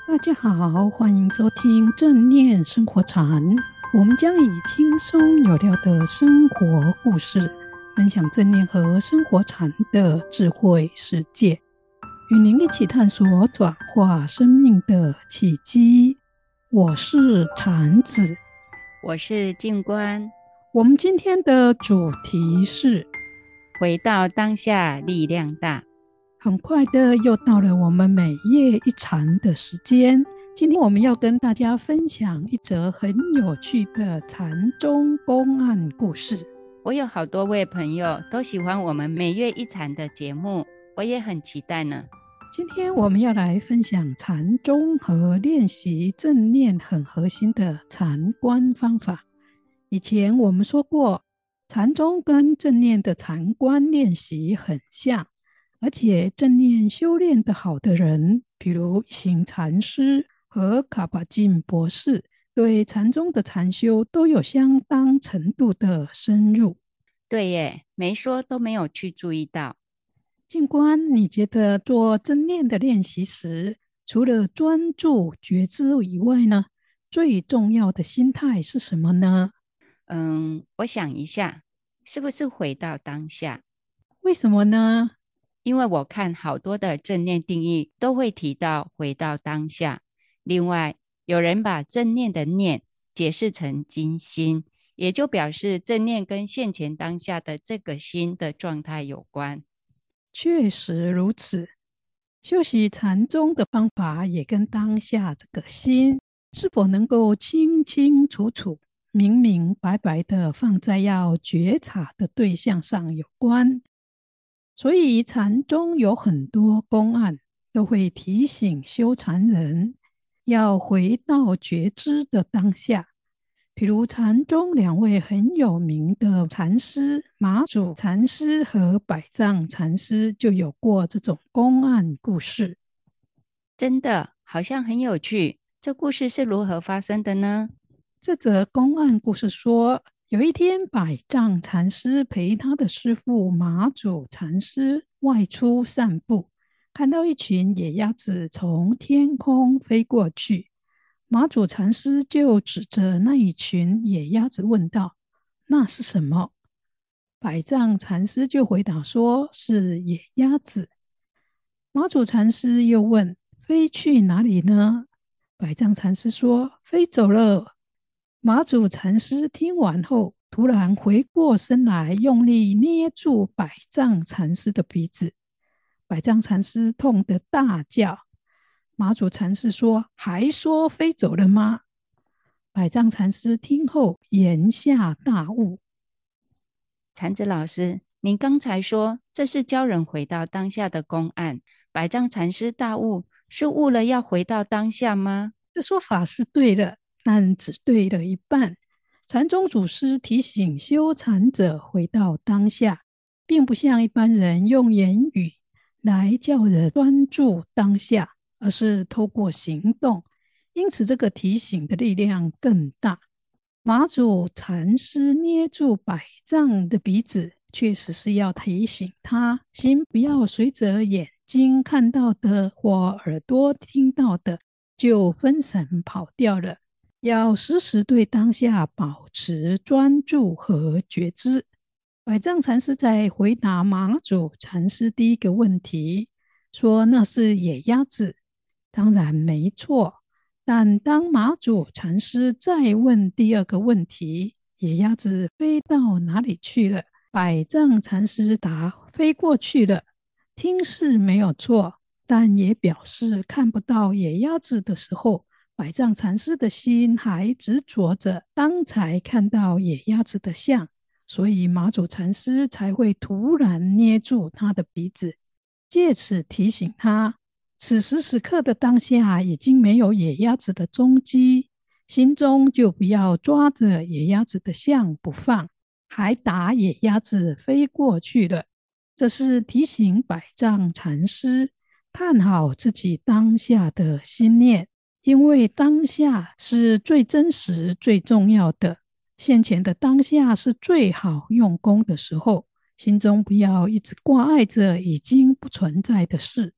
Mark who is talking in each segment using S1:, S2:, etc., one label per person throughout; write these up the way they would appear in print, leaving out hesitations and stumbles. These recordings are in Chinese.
S1: 大家好，欢迎收听正念生活禅。我们将以轻松有料的生活故事，分享正念和生活禅的智慧世界，与您一起探索转化生命的契机。我是禅子，
S2: 我是静观，
S1: 我们今天的主题是
S2: 回到当下，力量大。
S1: 很快的又到了我们每夜一禅的时间。今天我们要跟大家分享一则很有趣的禅宗公案故事。
S2: 我有好多位朋友都喜欢我们每月一禅的节目，我也很期待呢。
S1: 今天我们要来分享禅宗和练习正念很核心的禅观方法。以前我们说过，禅宗跟正念的禅观练习很像，而且正念修炼的好的人，比如一行禅师和卡巴金博士，对禅宗的禅修都有相当程度的深入。
S2: 对耶，没说都没有去注意到。
S1: 静观，你觉得做正念的练习时，除了专注觉知以外呢，最重要的心态是什么呢？
S2: 我想一下，是不是回到当下？
S1: 为什么呢？
S2: 因为我看好多的正念定义都会提到回到当下。另外，有人把正念的念解释成精心，也就表示正念跟现前当下的这个心的状态有关。
S1: 确实如此。修习禅宗的方法也跟当下这个心是否能够清清楚楚、明明白白的放在要觉察的对象上有关。所以禅宗有很多公案都会提醒修禅人要回到觉知的当下。比如禅宗两位很有名的禅师马祖禅师和百丈禅师就有过这种公案故事。
S2: 真的，好像很有趣。这故事是如何发生的呢？
S1: 这则公案故事说，有一天百丈禅师陪他的师父马祖禅师外出散步，看到一群野鸭子从天空飞过去。马祖禅师就指着那一群野鸭子问道：“那是什么？”百丈禅师就回答说：“是野鸭子。”马祖禅师又问：“飞去哪里呢？”百丈禅师说：“飞走了。”马祖禅师听完后，突然回过身来，用力捏住百丈禅师的鼻子。百丈禅师痛得大叫。马祖禅师说：“还说飞走了吗？”百丈禅师听后言下大悟。
S2: 禅子老师，您刚才说这是教人回到当下的公案，百丈禅师大悟，是悟了要回到当下吗？
S1: 这说法是对的，但只对了一半。禅宗祖师提醒修禅者回到当下，并不像一般人用言语来叫人专注当下，而是透过行动。因此，这个提醒的力量更大。马祖禅师捏住百丈的鼻子，确实是要提醒他，心不要随着眼睛看到的或耳朵听到的就分神跑掉了，要时时对当下保持专注和觉知。百丈禅师在回答马祖禅师第一个问题，说那是野鸭子，当然没错。但当马祖禅师再问第二个问题，野鸭子飞到哪里去了？百丈禅师答：飞过去了。听是没有错，但也表示看不到野鸭子的时候，百丈禅师的心还执着着刚才看到野鸭子的像，所以马祖禅师才会突然捏住他的鼻子，借此提醒他，此时此刻的当下已经没有野鸭子的踪迹，心中就不要抓着野鸭子的像不放，还打野鸭子飞过去了。这是提醒百丈禅师看好自己当下的心念，因为当下是最真实、最重要的。现前的当下是最好用功的时候，心中不要一直挂碍着已经不存在的事。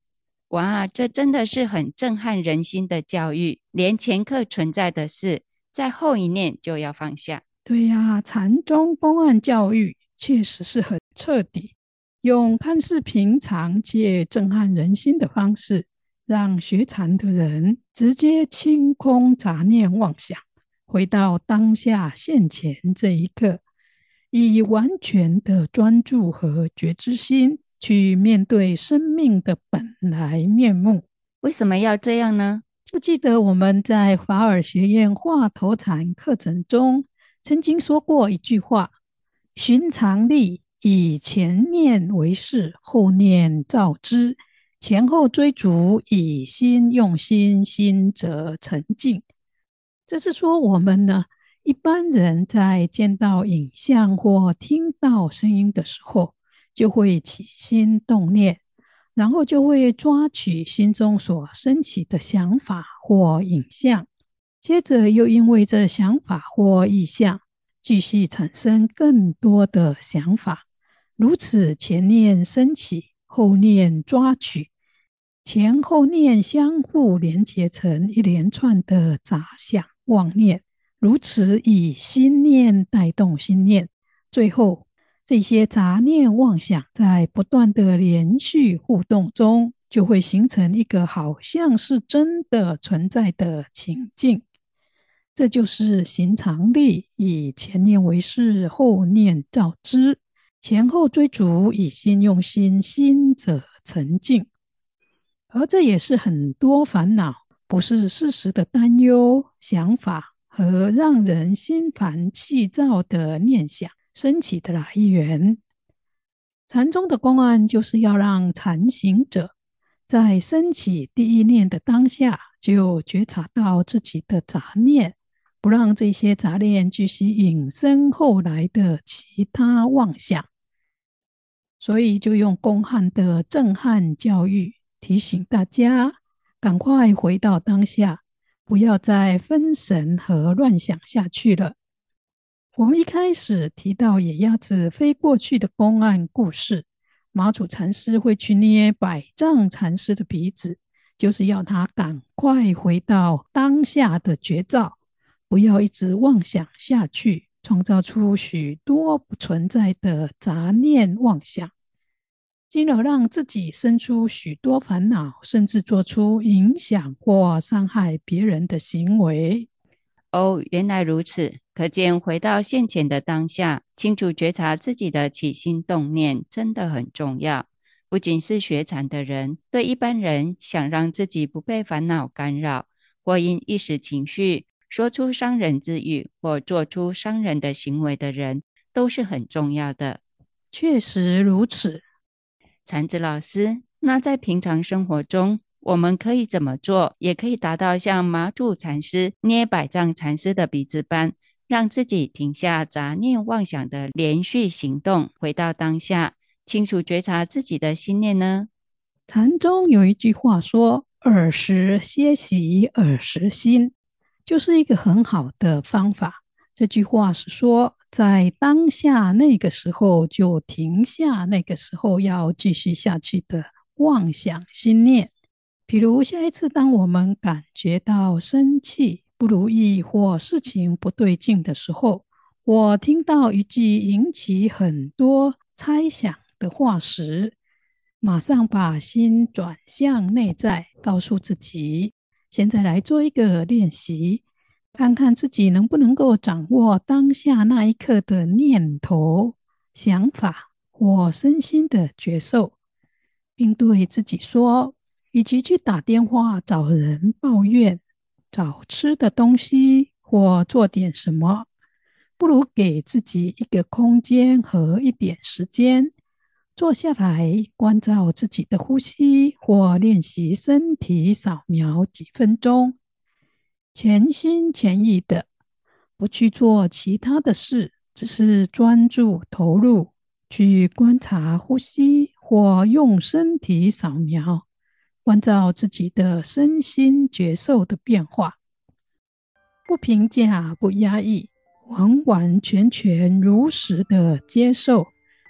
S2: 哇，这真的是很震撼人心的教育，连前刻存在的事，在后一念就要放下。
S1: 对呀，禅宗公案教育确实是很彻底，用看似平常且震撼人心的方式，让学禅的人直接清空杂念妄想，回到当下现前这一刻，以完全的专注和觉知心去面对生命的本来面目。
S2: 为什么要这样呢？
S1: 不记得我们在法尔学院华头禅课程中曾经说过一句话：寻常力，以前念为事，后念造之，前后追逐，以心用心，心则沉静。这是说我们呢，一般人在见到影像或听到声音的时候，就会起心动念，然后就会抓取心中所升起的想法或影像，接着又因为这想法或意象，继续产生更多的想法，如此前念升起，后念抓取，前后念相互连结成一连串的杂想妄念，如此以心念带动心念，最后这些杂念妄想在不断的连续互动中，就会形成一个好像是真的存在的情境。这就是行常力，以前念为事，后念造之，前后追逐，以心用心，心者沉静。而这也是很多烦恼不是事实的担忧、想法和让人心烦气躁的念想升起的来源。禅宗的公案就是要让禅行者在升起第一念的当下，就觉察到自己的杂念，不让这些杂念继续引申后来的其他妄想。所以就用公案的震撼教育提醒大家，赶快回到当下，不要再分神和乱想下去了。我们一开始提到野鸭子飞过去的公案故事，马祖禅师会去捏百丈禅师的鼻子，就是要他赶快回到当下的觉照，不要一直妄想下去，创造出许多不存在的杂念妄想，进而让自己生出许多烦恼，甚至做出影响或伤害别人的行为。
S2: 哦，原来如此，可见回到现前的当下，清楚觉察自己的起心动念真的很重要。不仅是学禅的人，对一般人想让自己不被烦恼干扰，或因一时情绪说出伤人之语或做出伤人的行为的人，都是很重要的。
S1: 确实如此。
S2: 禅子老师，那在平常生活中，我们可以怎么做，也可以达到像马祖禅师捏百丈禅师的鼻子般，让自己停下杂念妄想的连续行动，回到当下，清楚觉察自己的心念呢？
S1: 禅中有一句话说：耳时歇息，耳时心，就是一个很好的方法。这句话是说，在当下那个时候就停下那个时候要继续下去的妄想心念。比如下一次当我们感觉到生气、不如意或事情不对劲的时候，我听到一句引起很多猜想的话时，马上把心转向内在，告诉自己，现在来做一个练习，看看自己能不能够掌握当下那一刻的念头、想法或身心的觉受，并对自己说，与其去打电话找人抱怨，找吃的东西或做点什么，不如给自己一个空间和一点时间，坐下来关照自己的呼吸，或练习身体扫描几分钟，全心全意的，不去做其他的事，只是专注投入，去观察呼吸，或用身体扫描，关照自己的身心觉受的变化，不评价，不压抑，完完全全如实的接受，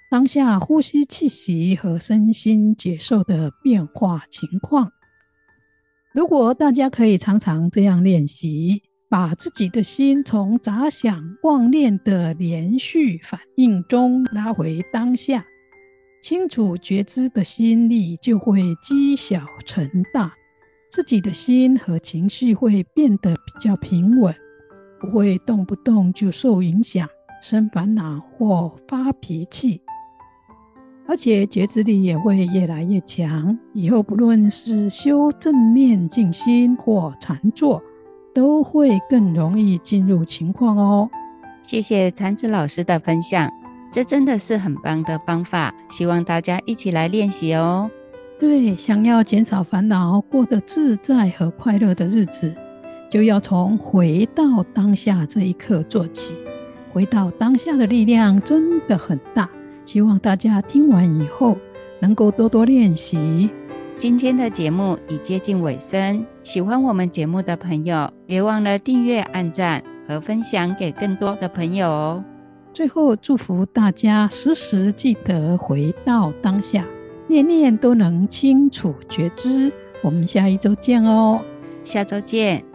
S1: 当下呼吸气息和身心接受的变化情况。如果大家可以常常这样练习，把自己的心从杂想妄念的连续反应中拉回当下，清楚觉知的心力就会积小成大，自己的心和情绪会变得比较平稳，不会动不动就受影响，生烦恼或发脾气。而且觉知力也会越来越强，以后不论是修正念静心或禅坐，都会更容易进入情况哦。
S2: 谢谢禅子老师的分享，这真的是很棒的方法，希望大家一起来练习哦。
S1: 对，想要减少烦恼，过得自在和快乐的日子，就要从回到当下这一刻做起。回到当下的力量真的很大，希望大家听完以后能够多多练习。
S2: 今天的节目已接近尾声，喜欢我们节目的朋友，别忘了订阅、按赞和分享给更多的朋友哦。
S1: 最后祝福大家时时记得回到当下，念念都能清楚觉知。我们下一周见哦。
S2: 下周见。